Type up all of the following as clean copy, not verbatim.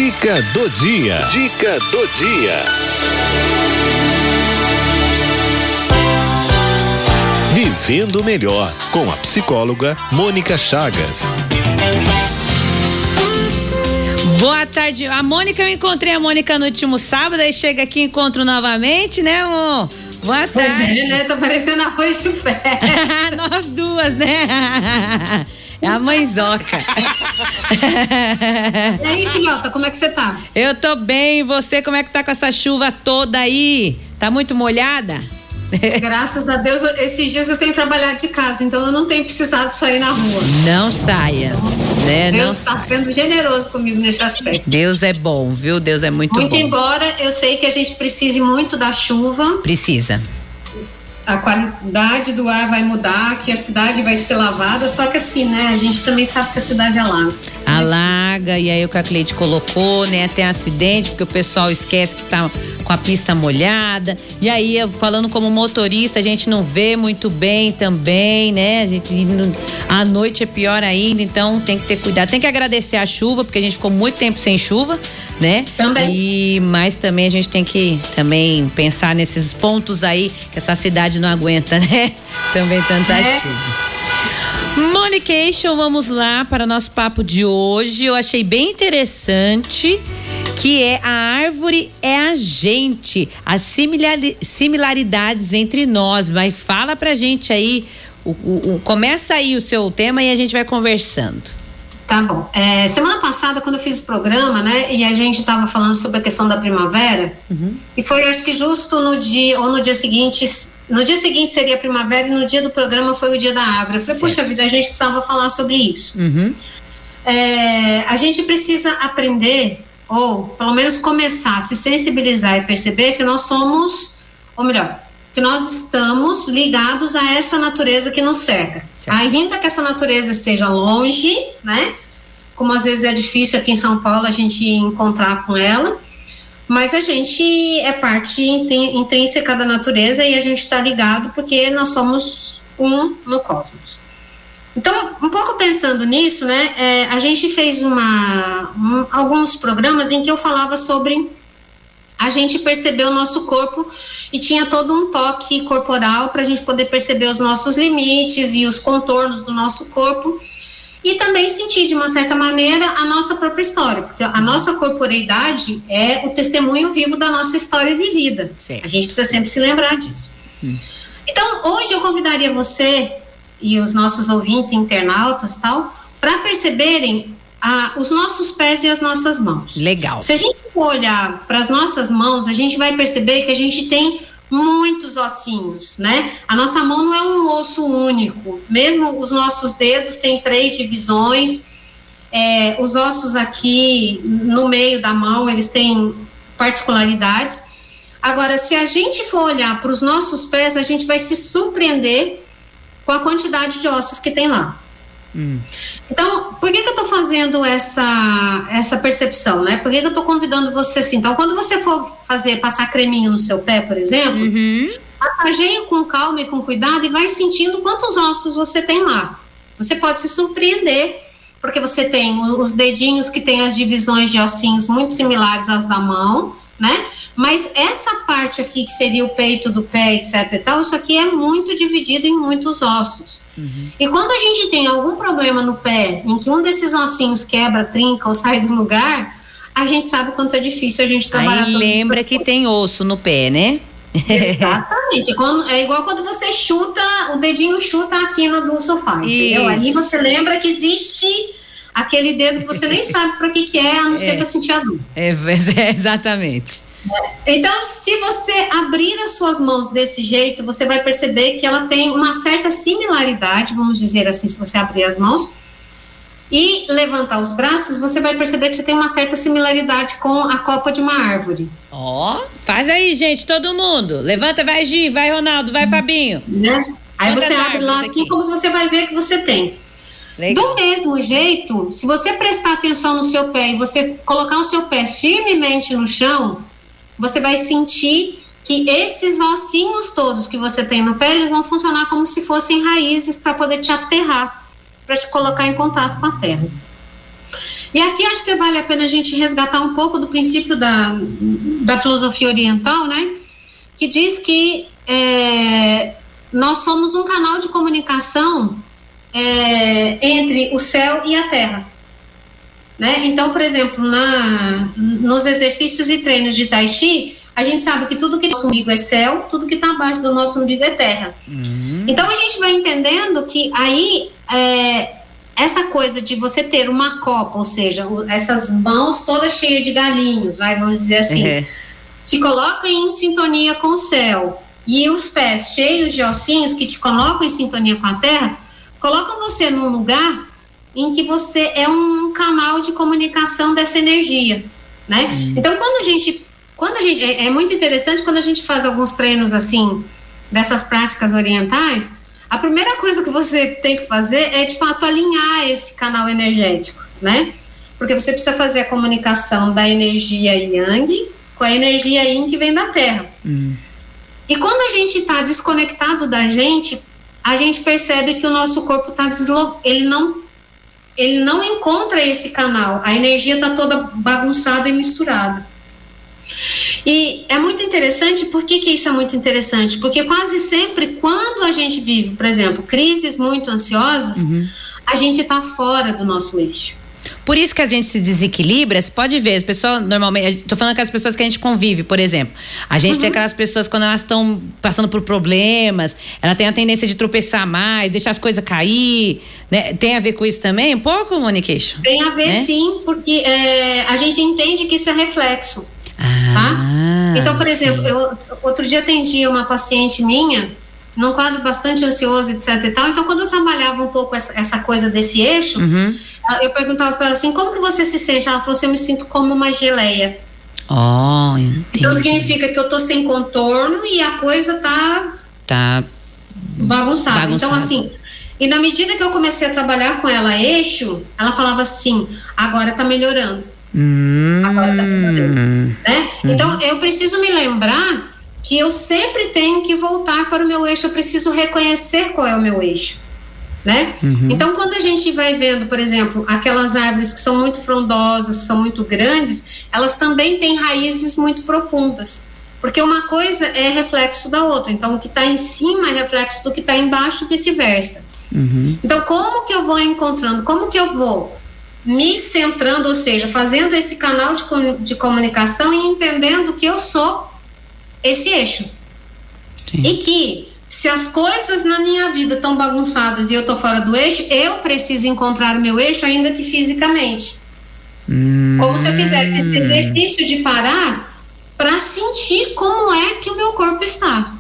Dica do dia. Dica do dia. Vivendo Melhor, com a psicóloga Mônica Chagas. Boa tarde. A Mônica, eu encontrei a Mônica no último sábado, aí chega aqui e encontro novamente, né, amor? Boa tarde. Pois é, né? Tá parecendo arroz de fé. Nós duas, né? É a mãezoca. E aí, filhota, como é que você tá? Eu tô bem, e você, como é que tá com essa chuva toda aí? Tá muito molhada? Graças a Deus, esses dias eu tenho trabalhado de casa, então eu não tenho precisado sair na rua. Não saia, né? Deus está sendo generoso comigo nesse aspecto. Deus é bom, viu? Deus é muito bom. Muito embora eu sei que a gente precise muito da chuva. Precisa. A qualidade do ar vai mudar, que a cidade vai ser lavada, só que assim, né? A gente também sabe que a cidade alaga. Alaga, e aí o que a Cleide colocou, né? Tem acidente, porque o pessoal esquece que tá com a pista molhada. E aí, falando como motorista, a gente não vê muito bem também, né? A noite é pior ainda, então tem que ter cuidado. Tem que agradecer a chuva, porque a gente ficou muito tempo sem chuva, né? Também. Mas também a gente tem que também pensar nesses pontos aí que essa cidade não aguenta, né? Também tanta chuva. Monication, vamos lá para o nosso papo de hoje. Eu achei bem interessante, que é a árvore é a gente, as similaridades entre nós. Mas fala pra gente aí, começa aí o seu tema e a gente vai conversando. Tá bom. Semana passada, quando eu fiz o programa, né, e a gente tava falando sobre a questão da primavera, e foi, acho que justo no dia seguinte seria a primavera, e no dia do programa foi o dia da árvore. Eu falei, puxa vida, a gente precisava falar sobre isso. A gente precisa aprender, ou pelo menos começar a se sensibilizar e perceber que nós somos, ou melhor, que nós estamos ligados a essa natureza que nos cerca. Ainda que essa natureza esteja longe, né? Como às vezes é difícil aqui em São Paulo a gente encontrar com ela, mas a gente é parte intrínseca da natureza e a gente está ligado porque nós somos um no cosmos. Então, um pouco pensando nisso, né, a gente fez alguns programas em que eu falava sobre a gente perceber o nosso corpo e tinha todo um toque corporal para a gente poder perceber os nossos limites e os contornos do nosso corpo e também sentir de uma certa maneira a nossa própria história, porque a nossa corporeidade é o testemunho vivo da nossa história vivida. Sim. A gente precisa sempre se lembrar disso. Então, hoje eu convidaria você e os nossos ouvintes internautas tal, para perceberem os nossos pés e as nossas mãos. Legal. Se a gente for olhar para as nossas mãos, a gente vai perceber que a gente tem muitos ossinhos, né? A nossa mão não é um osso único. Mesmo os nossos dedos têm 3 divisões. Os ossos aqui no meio da mão, eles têm particularidades. Agora, se a gente for olhar para os nossos pés, a gente vai se surpreender com a quantidade de ossos que tem lá. Então, por que eu estou fazendo essa percepção, né? Por que eu estou convidando você assim? Então, quando você for passar creminho no seu pé, por exemplo, massageie com calma e com cuidado e vai sentindo quantos ossos você tem lá. Você pode se surpreender, porque você tem os dedinhos que tem as divisões de ossinhos muito similares às da mão, né? Mas essa parte aqui, que seria o peito do pé, etc e tal, isso aqui é muito dividido em muitos ossos. E quando a gente tem algum problema no pé, em que um desses ossinhos quebra, trinca ou sai do lugar, a gente sabe o quanto é difícil a gente trabalhar. Aí lembra que tem osso no pé, né? Exatamente. É igual quando você chuta, o dedinho chuta a quina do sofá, entendeu? Aí você lembra que existe aquele dedo que você nem sabe para que é, a não ser para sentir a dor. Exatamente. Então, se você abrir as suas mãos desse jeito, você vai perceber que ela tem uma certa similaridade, vamos dizer assim, se você abrir as mãos e levantar os braços, você vai perceber que você tem uma certa similaridade com a copa de uma árvore. Faz aí, gente, todo mundo. Levanta, vai Gi, vai Ronaldo, vai Fabinho. Né? Aí você abre lá assim, aqui, como você vai ver que você tem. Legal. Do mesmo jeito, se você prestar atenção no seu pé e você colocar o seu pé firmemente no chão, você vai sentir que esses ossinhos todos que você tem no pé, eles vão funcionar como se fossem raízes para poder te aterrar, para te colocar em contato com a terra. E aqui acho que vale a pena a gente resgatar um pouco do princípio da filosofia oriental, né? Que diz que nós somos um canal de comunicação entre o céu e a terra, né? Então, por exemplo, nos exercícios e treinos de Tai Chi, a gente sabe que tudo que nosso umbigo é céu, tudo que está abaixo do nosso umbigo é terra. Então a gente vai entendendo que aí essa coisa de você ter uma copa, ou seja, essas mãos todas cheias de galinhos, vamos dizer assim, se coloca em sintonia com o céu, e os pés cheios de ossinhos que te colocam em sintonia com a terra, colocam você num lugar em que você é um canal de comunicação dessa energia, né? Então quando a gente é muito interessante quando a gente faz alguns treinos assim, dessas práticas orientais, a primeira coisa que você tem que fazer é de fato alinhar esse canal energético, né? Porque você precisa fazer a comunicação da energia Yang com a energia Yin que vem da Terra. E quando a gente está desconectado da gente, a gente percebe que o nosso corpo está ele não encontra esse canal, a energia está toda bagunçada e misturada. E é muito interessante. Por que isso é muito interessante? Porque quase sempre quando a gente vive, por exemplo, crises muito ansiosas, a gente está fora do nosso eixo. Por isso que a gente se desequilibra. Você pode ver, as pessoas normalmente, estou falando com as pessoas que a gente convive, por exemplo, a gente tem aquelas pessoas quando elas estão passando por problemas, ela tem a tendência de tropeçar mais, deixar as coisas cair, né? Tem a ver com isso também? Um pouco, Moniqueixo? Tem a ver, né? Sim, porque a gente entende que isso é reflexo. Tá? Então, por exemplo, eu outro dia atendi uma paciente minha num quadro bastante ansioso, etc e tal. Então, quando eu trabalhava um pouco essa coisa desse eixo, eu perguntava para ela assim, como que você se sente? Ela falou assim, eu me sinto como uma geleia. Entendi. Então significa que eu tô sem contorno e a coisa tá bagunçada. Então, assim, e na medida que eu comecei a trabalhar com ela eixo, ela falava assim, agora tá melhorando. Agora tá melhorando, né? Então, eu preciso me lembrar que eu sempre tenho que voltar para o meu eixo, eu preciso reconhecer qual é o meu eixo, né? Então, quando a gente vai vendo, por exemplo, aquelas árvores que são muito frondosas, são muito grandes, elas também têm raízes muito profundas, porque uma coisa é reflexo da outra. Então, o que está em cima é reflexo do que está embaixo e vice-versa. Então, como que eu vou encontrando, como que eu vou me centrando, ou seja, fazendo esse canal de comunicação e entendendo que eu sou esse eixo. E que se as coisas na minha vida estão bagunçadas e eu tô fora do eixo, eu preciso encontrar o meu eixo, ainda que fisicamente. Como se eu fizesse esse exercício de parar para sentir como é que o meu corpo está,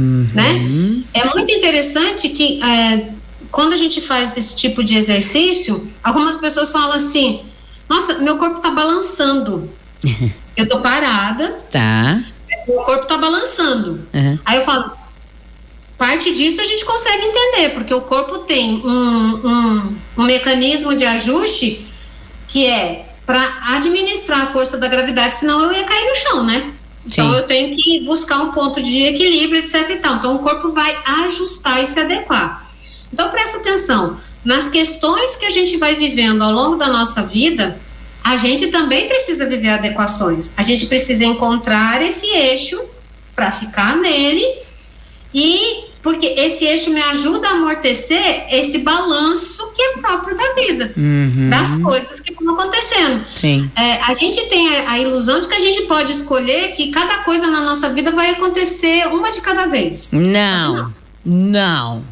né? É muito interessante que quando a gente faz esse tipo de exercício, algumas pessoas falam assim, nossa, meu corpo tá balançando. Eu tô parada, meu corpo tá balançando. Aí eu falo, parte disso a gente consegue entender, porque o corpo tem um mecanismo de ajuste que é para administrar a força da gravidade, senão eu ia cair no chão, né? Então eu tenho que buscar um ponto de equilíbrio, etc e tal. Então o corpo vai ajustar e se adequar. Então presta atenção, nas questões que a gente vai vivendo ao longo da nossa vida, a gente também precisa viver adequações. A gente precisa encontrar esse eixo para ficar nele, e porque esse eixo me ajuda a amortecer esse balanço que é próprio da vida, das coisas que estão acontecendo. A gente tem a ilusão de que a gente pode escolher que cada coisa na nossa vida vai acontecer uma de cada vez. Não.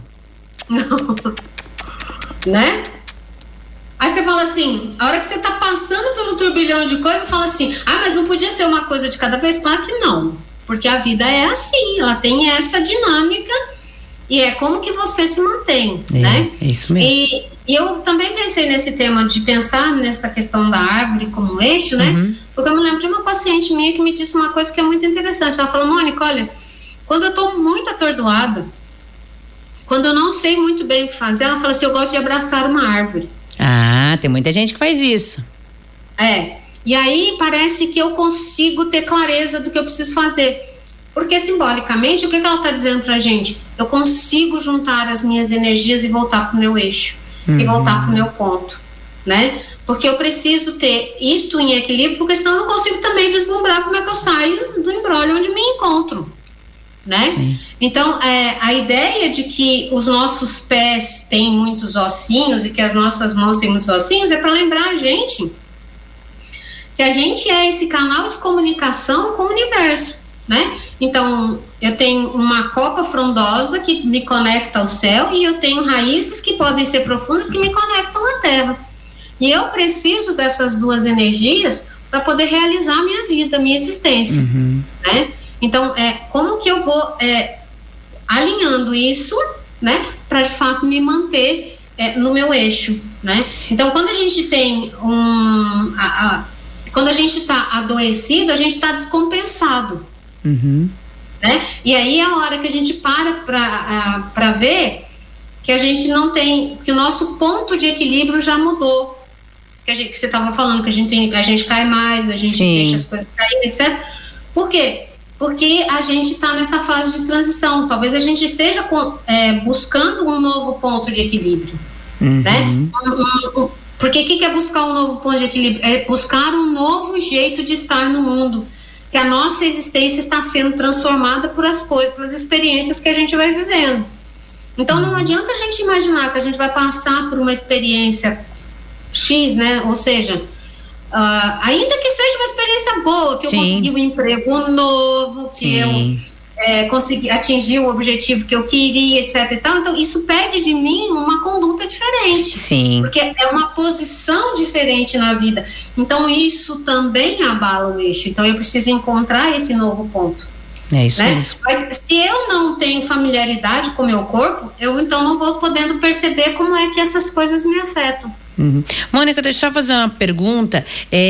Né? Aí você fala assim, a hora que você tá passando pelo turbilhão de coisas, fala assim, mas não podia ser uma coisa de cada vez? Claro que não, porque a vida é assim, ela tem essa dinâmica e é como que você se mantém, né? É isso mesmo. E eu também pensei nesse tema de pensar nessa questão da árvore como eixo, né? Porque eu me lembro de uma paciente minha que me disse uma coisa que é muito interessante. Ela falou, Mônica, olha, quando eu tô muito atordoada, quando eu não sei muito bem o que fazer, ela fala assim, eu gosto de abraçar uma árvore. Tem muita gente que faz isso. E aí parece que eu consigo ter clareza do que eu preciso fazer. Porque simbolicamente, o que ela está dizendo pra gente? Eu consigo juntar as minhas energias e voltar pro meu eixo. E voltar pro meu ponto, né? Porque eu preciso ter isto em equilíbrio, porque senão eu não consigo também vislumbrar como é que eu saio do imbróglio onde me encontro, né? Sim. Então, a ideia de que os nossos pés têm muitos ossinhos e que as nossas mãos têm muitos ossinhos é para lembrar a gente que a gente é esse canal de comunicação com o universo, né? Então, eu tenho uma copa frondosa que me conecta ao céu e eu tenho raízes que podem ser profundas que me conectam à terra. E eu preciso dessas duas energias para poder realizar a minha vida, a minha existência, né? Então, como que eu vou alinhando isso, né, para de fato me manter no meu eixo, né? Então, quando a gente tem quando a gente está adoecido, a gente está descompensado, né? E aí é a hora que a gente para ver que a gente não tem, que o nosso ponto de equilíbrio já mudou, que você estava falando que a gente cai mais, a gente deixa as coisas caírem, etc. Por quê? Porque a gente está nessa fase de transição. Talvez a gente esteja buscando um novo ponto de equilíbrio, né? Porque o que é buscar um novo ponto de equilíbrio? É buscar um novo jeito de estar no mundo, que a nossa existência está sendo transformada pelas experiências que a gente vai vivendo. Então não adianta a gente imaginar que a gente vai passar por uma experiência X, né? Ou seja, ainda que seja uma experiência boa, que eu consegui um emprego novo, que eu consegui atingir o objetivo que eu queria, etc e tal, então isso pede de mim uma conduta diferente, porque é uma posição diferente na vida, então isso também abala o eixo, então eu preciso encontrar esse novo ponto. É isso, né? mesmo. Mas se eu não tenho familiaridade com o meu corpo, eu então não vou podendo perceber como é que essas coisas me afetam. Mônica, deixa eu fazer uma pergunta.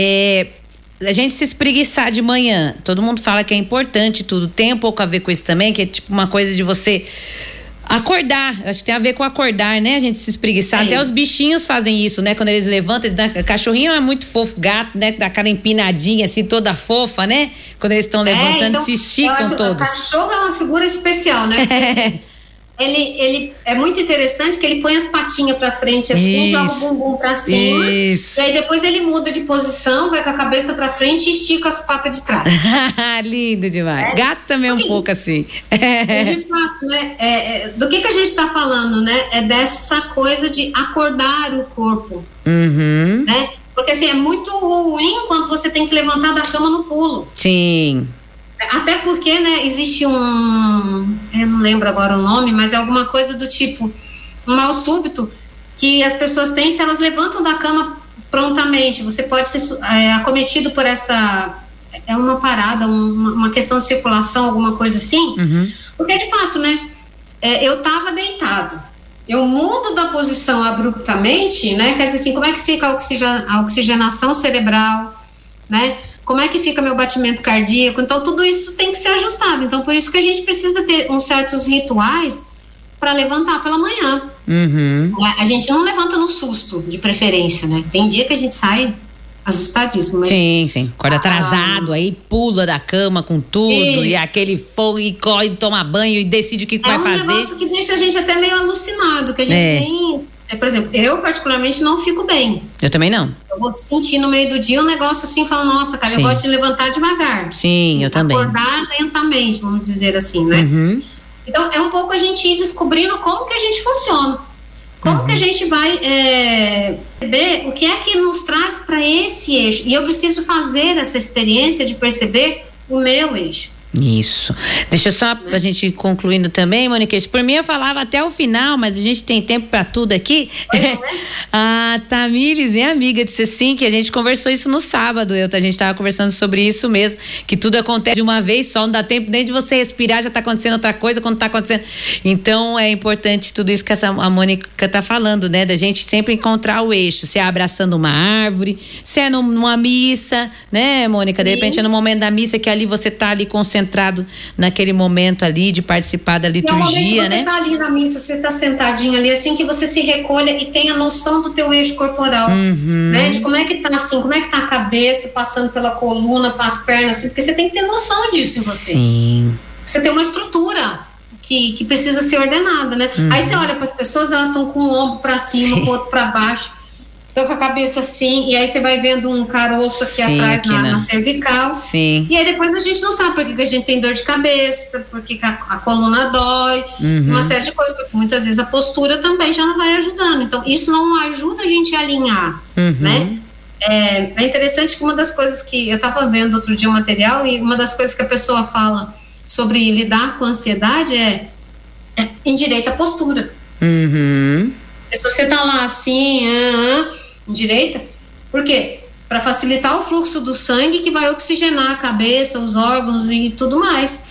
A gente se espreguiçar de manhã, todo mundo fala que é importante tudo, tem um pouco a ver com isso também, que é tipo uma coisa de você acordar, acho que tem a ver com acordar, né? A gente se espreguiçar, até os bichinhos fazem isso, né? Quando eles levantam, cachorrinho é muito fofo, gato, né? Dá aquela empinadinha assim, toda fofa, né? Quando eles estão levantando, então, se esticam todos. O cachorro é uma figura especial, né? Porque, assim, ele é muito interessante que ele põe as patinhas pra frente assim, joga o bumbum pra cima, e aí depois ele muda de posição, vai com a cabeça pra frente e estica as patas de trás. Lindo demais. Gato também é um pouco assim. De fato, né? Do que a gente tá falando, né? É dessa coisa de acordar o corpo, né? Porque assim, é muito ruim quando você tem que levantar da cama no pulo. Sim. Até porque, né, existe eu não lembro agora o nome, mas é alguma coisa do tipo, um mal súbito que as pessoas têm se elas levantam da cama prontamente. Você pode ser acometido por essa, uma parada, uma questão de circulação, alguma coisa assim. Porque, de fato, né, eu tava deitado, eu mudo da posição abruptamente, né, quer dizer assim, como é que fica a oxigenação cerebral, né? Como é que fica meu batimento cardíaco? Então, tudo isso tem que ser ajustado. Então, por isso que a gente precisa ter uns certos rituais para levantar pela manhã. A gente não levanta no susto, de preferência, né? Tem dia que a gente sai assustadíssimo. Mas... Sim. Acorda atrasado, aí pula da cama com tudo, e aquele fogo, e corre, toma banho e decide o que vai fazer. É um negócio que deixa a gente até meio alucinado, que a gente nem... Por exemplo, eu particularmente não fico bem. Eu também não. Eu vou sentir no meio do dia um negócio assim, falando, nossa, cara, eu gosto de levantar devagar. Sim, eu também. Acordar lentamente, vamos dizer assim, né? Então, é um pouco a gente ir descobrindo como que a gente funciona. Como que a gente vai perceber o que é que nos traz para esse eixo. E eu preciso fazer essa experiência de perceber o meu eixo. Isso. Deixa só a gente concluindo também, Mônica. Por mim eu falava até o final, mas a gente tem tempo para tudo aqui. A Tamires, minha amiga, disse assim que a gente conversou isso no sábado. A gente estava conversando sobre isso mesmo, que tudo acontece de uma vez só, não dá tempo nem de você respirar, já está acontecendo outra coisa quando está acontecendo. Então é importante tudo isso que a Mônica está falando, né? Da gente sempre encontrar o eixo, se é abraçando uma árvore, se é numa missa, né, Mônica? De repente é no momento da missa que ali você está ali concentrado naquele momento ali de participar da liturgia, né? Você tá ali na missa, você tá sentadinho ali, assim que você se recolha e tenha noção do teu eixo corporal, né? De como é que tá assim, como é que tá a cabeça passando pela coluna, para as pernas, assim, porque você tem que ter noção disso em você. Sim. Você tem uma estrutura que precisa ser ordenada, né? Aí você olha para as pessoas, elas estão com o ombro para cima, com o outro para baixo. tô com a cabeça assim, e aí você vai vendo um caroço aqui atrás na cervical. Sim. E aí depois a gente não sabe por que a gente tem dor de cabeça, por que a coluna dói, uma série de coisas, porque muitas vezes a postura também já não vai ajudando. Então, isso não ajuda a gente a alinhar, né? É interessante que uma das coisas que eu estava vendo outro dia o material, e uma das coisas que a pessoa fala sobre lidar com ansiedade é endireita a postura. Se você tá lá assim, endireita, por quê? Para facilitar o fluxo do sangue que vai oxigenar a cabeça, os órgãos e tudo mais.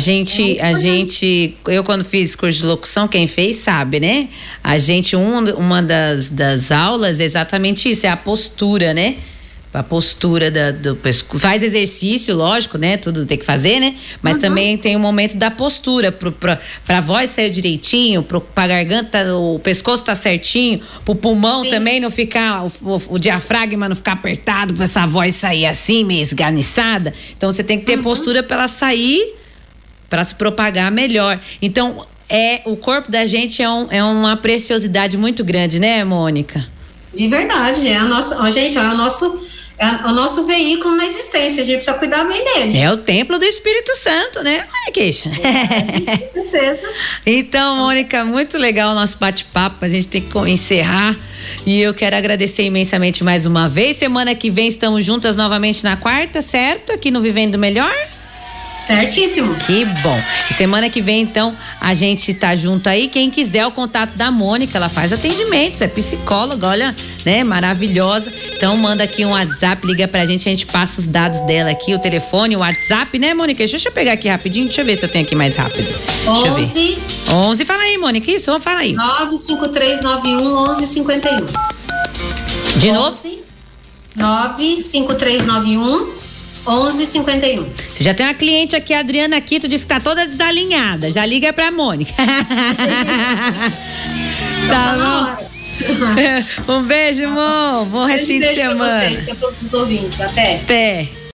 Eu quando fiz curso de locução, quem fez sabe, né? Uma das aulas é exatamente isso, é a postura, né? A postura do pescoço. Faz exercício, lógico, né? Tudo tem que fazer, né? Mas também tem um momento da postura, pra voz sair direitinho, pra garganta, o pescoço tá certinho, pro pulmão também não ficar, o diafragma não ficar apertado, pra essa voz sair assim, meio esganiçada. Então você tem que ter postura pra ela sair, pra se propagar melhor. Então, o corpo da gente é uma preciosidade muito grande, né, Mônica? De verdade, é o nosso veículo na existência, a gente precisa cuidar bem dele. É o templo do Espírito Santo, né? Olha, queixa. Com certeza. Então, Mônica, muito legal o nosso bate-papo, a gente tem que encerrar. E eu quero agradecer imensamente mais uma vez. Semana que vem estamos juntas novamente na quarta, certo? Aqui no Vivendo Melhor. Certíssimo. Que bom. E semana que vem, então, a gente tá junto aí. Quem quiser o contato da Mônica, ela faz atendimentos, é psicóloga, olha, né, maravilhosa. Então, manda aqui um WhatsApp, liga pra gente, a gente passa os dados dela aqui, o telefone, o WhatsApp, né, Mônica? Deixa eu pegar aqui rapidinho, deixa eu ver se eu tenho aqui mais rápido. 11, fala aí, Mônica, isso, fala aí. 95391-1151. De novo? 95391 1151. Você já tem uma cliente aqui, a Adriana Quito, disse que tá toda desalinhada. Já liga pra Mônica. Tá bom? Um beijo, amor. Bom restinho de semana. Pra vocês, pra todos os ouvintes. Até.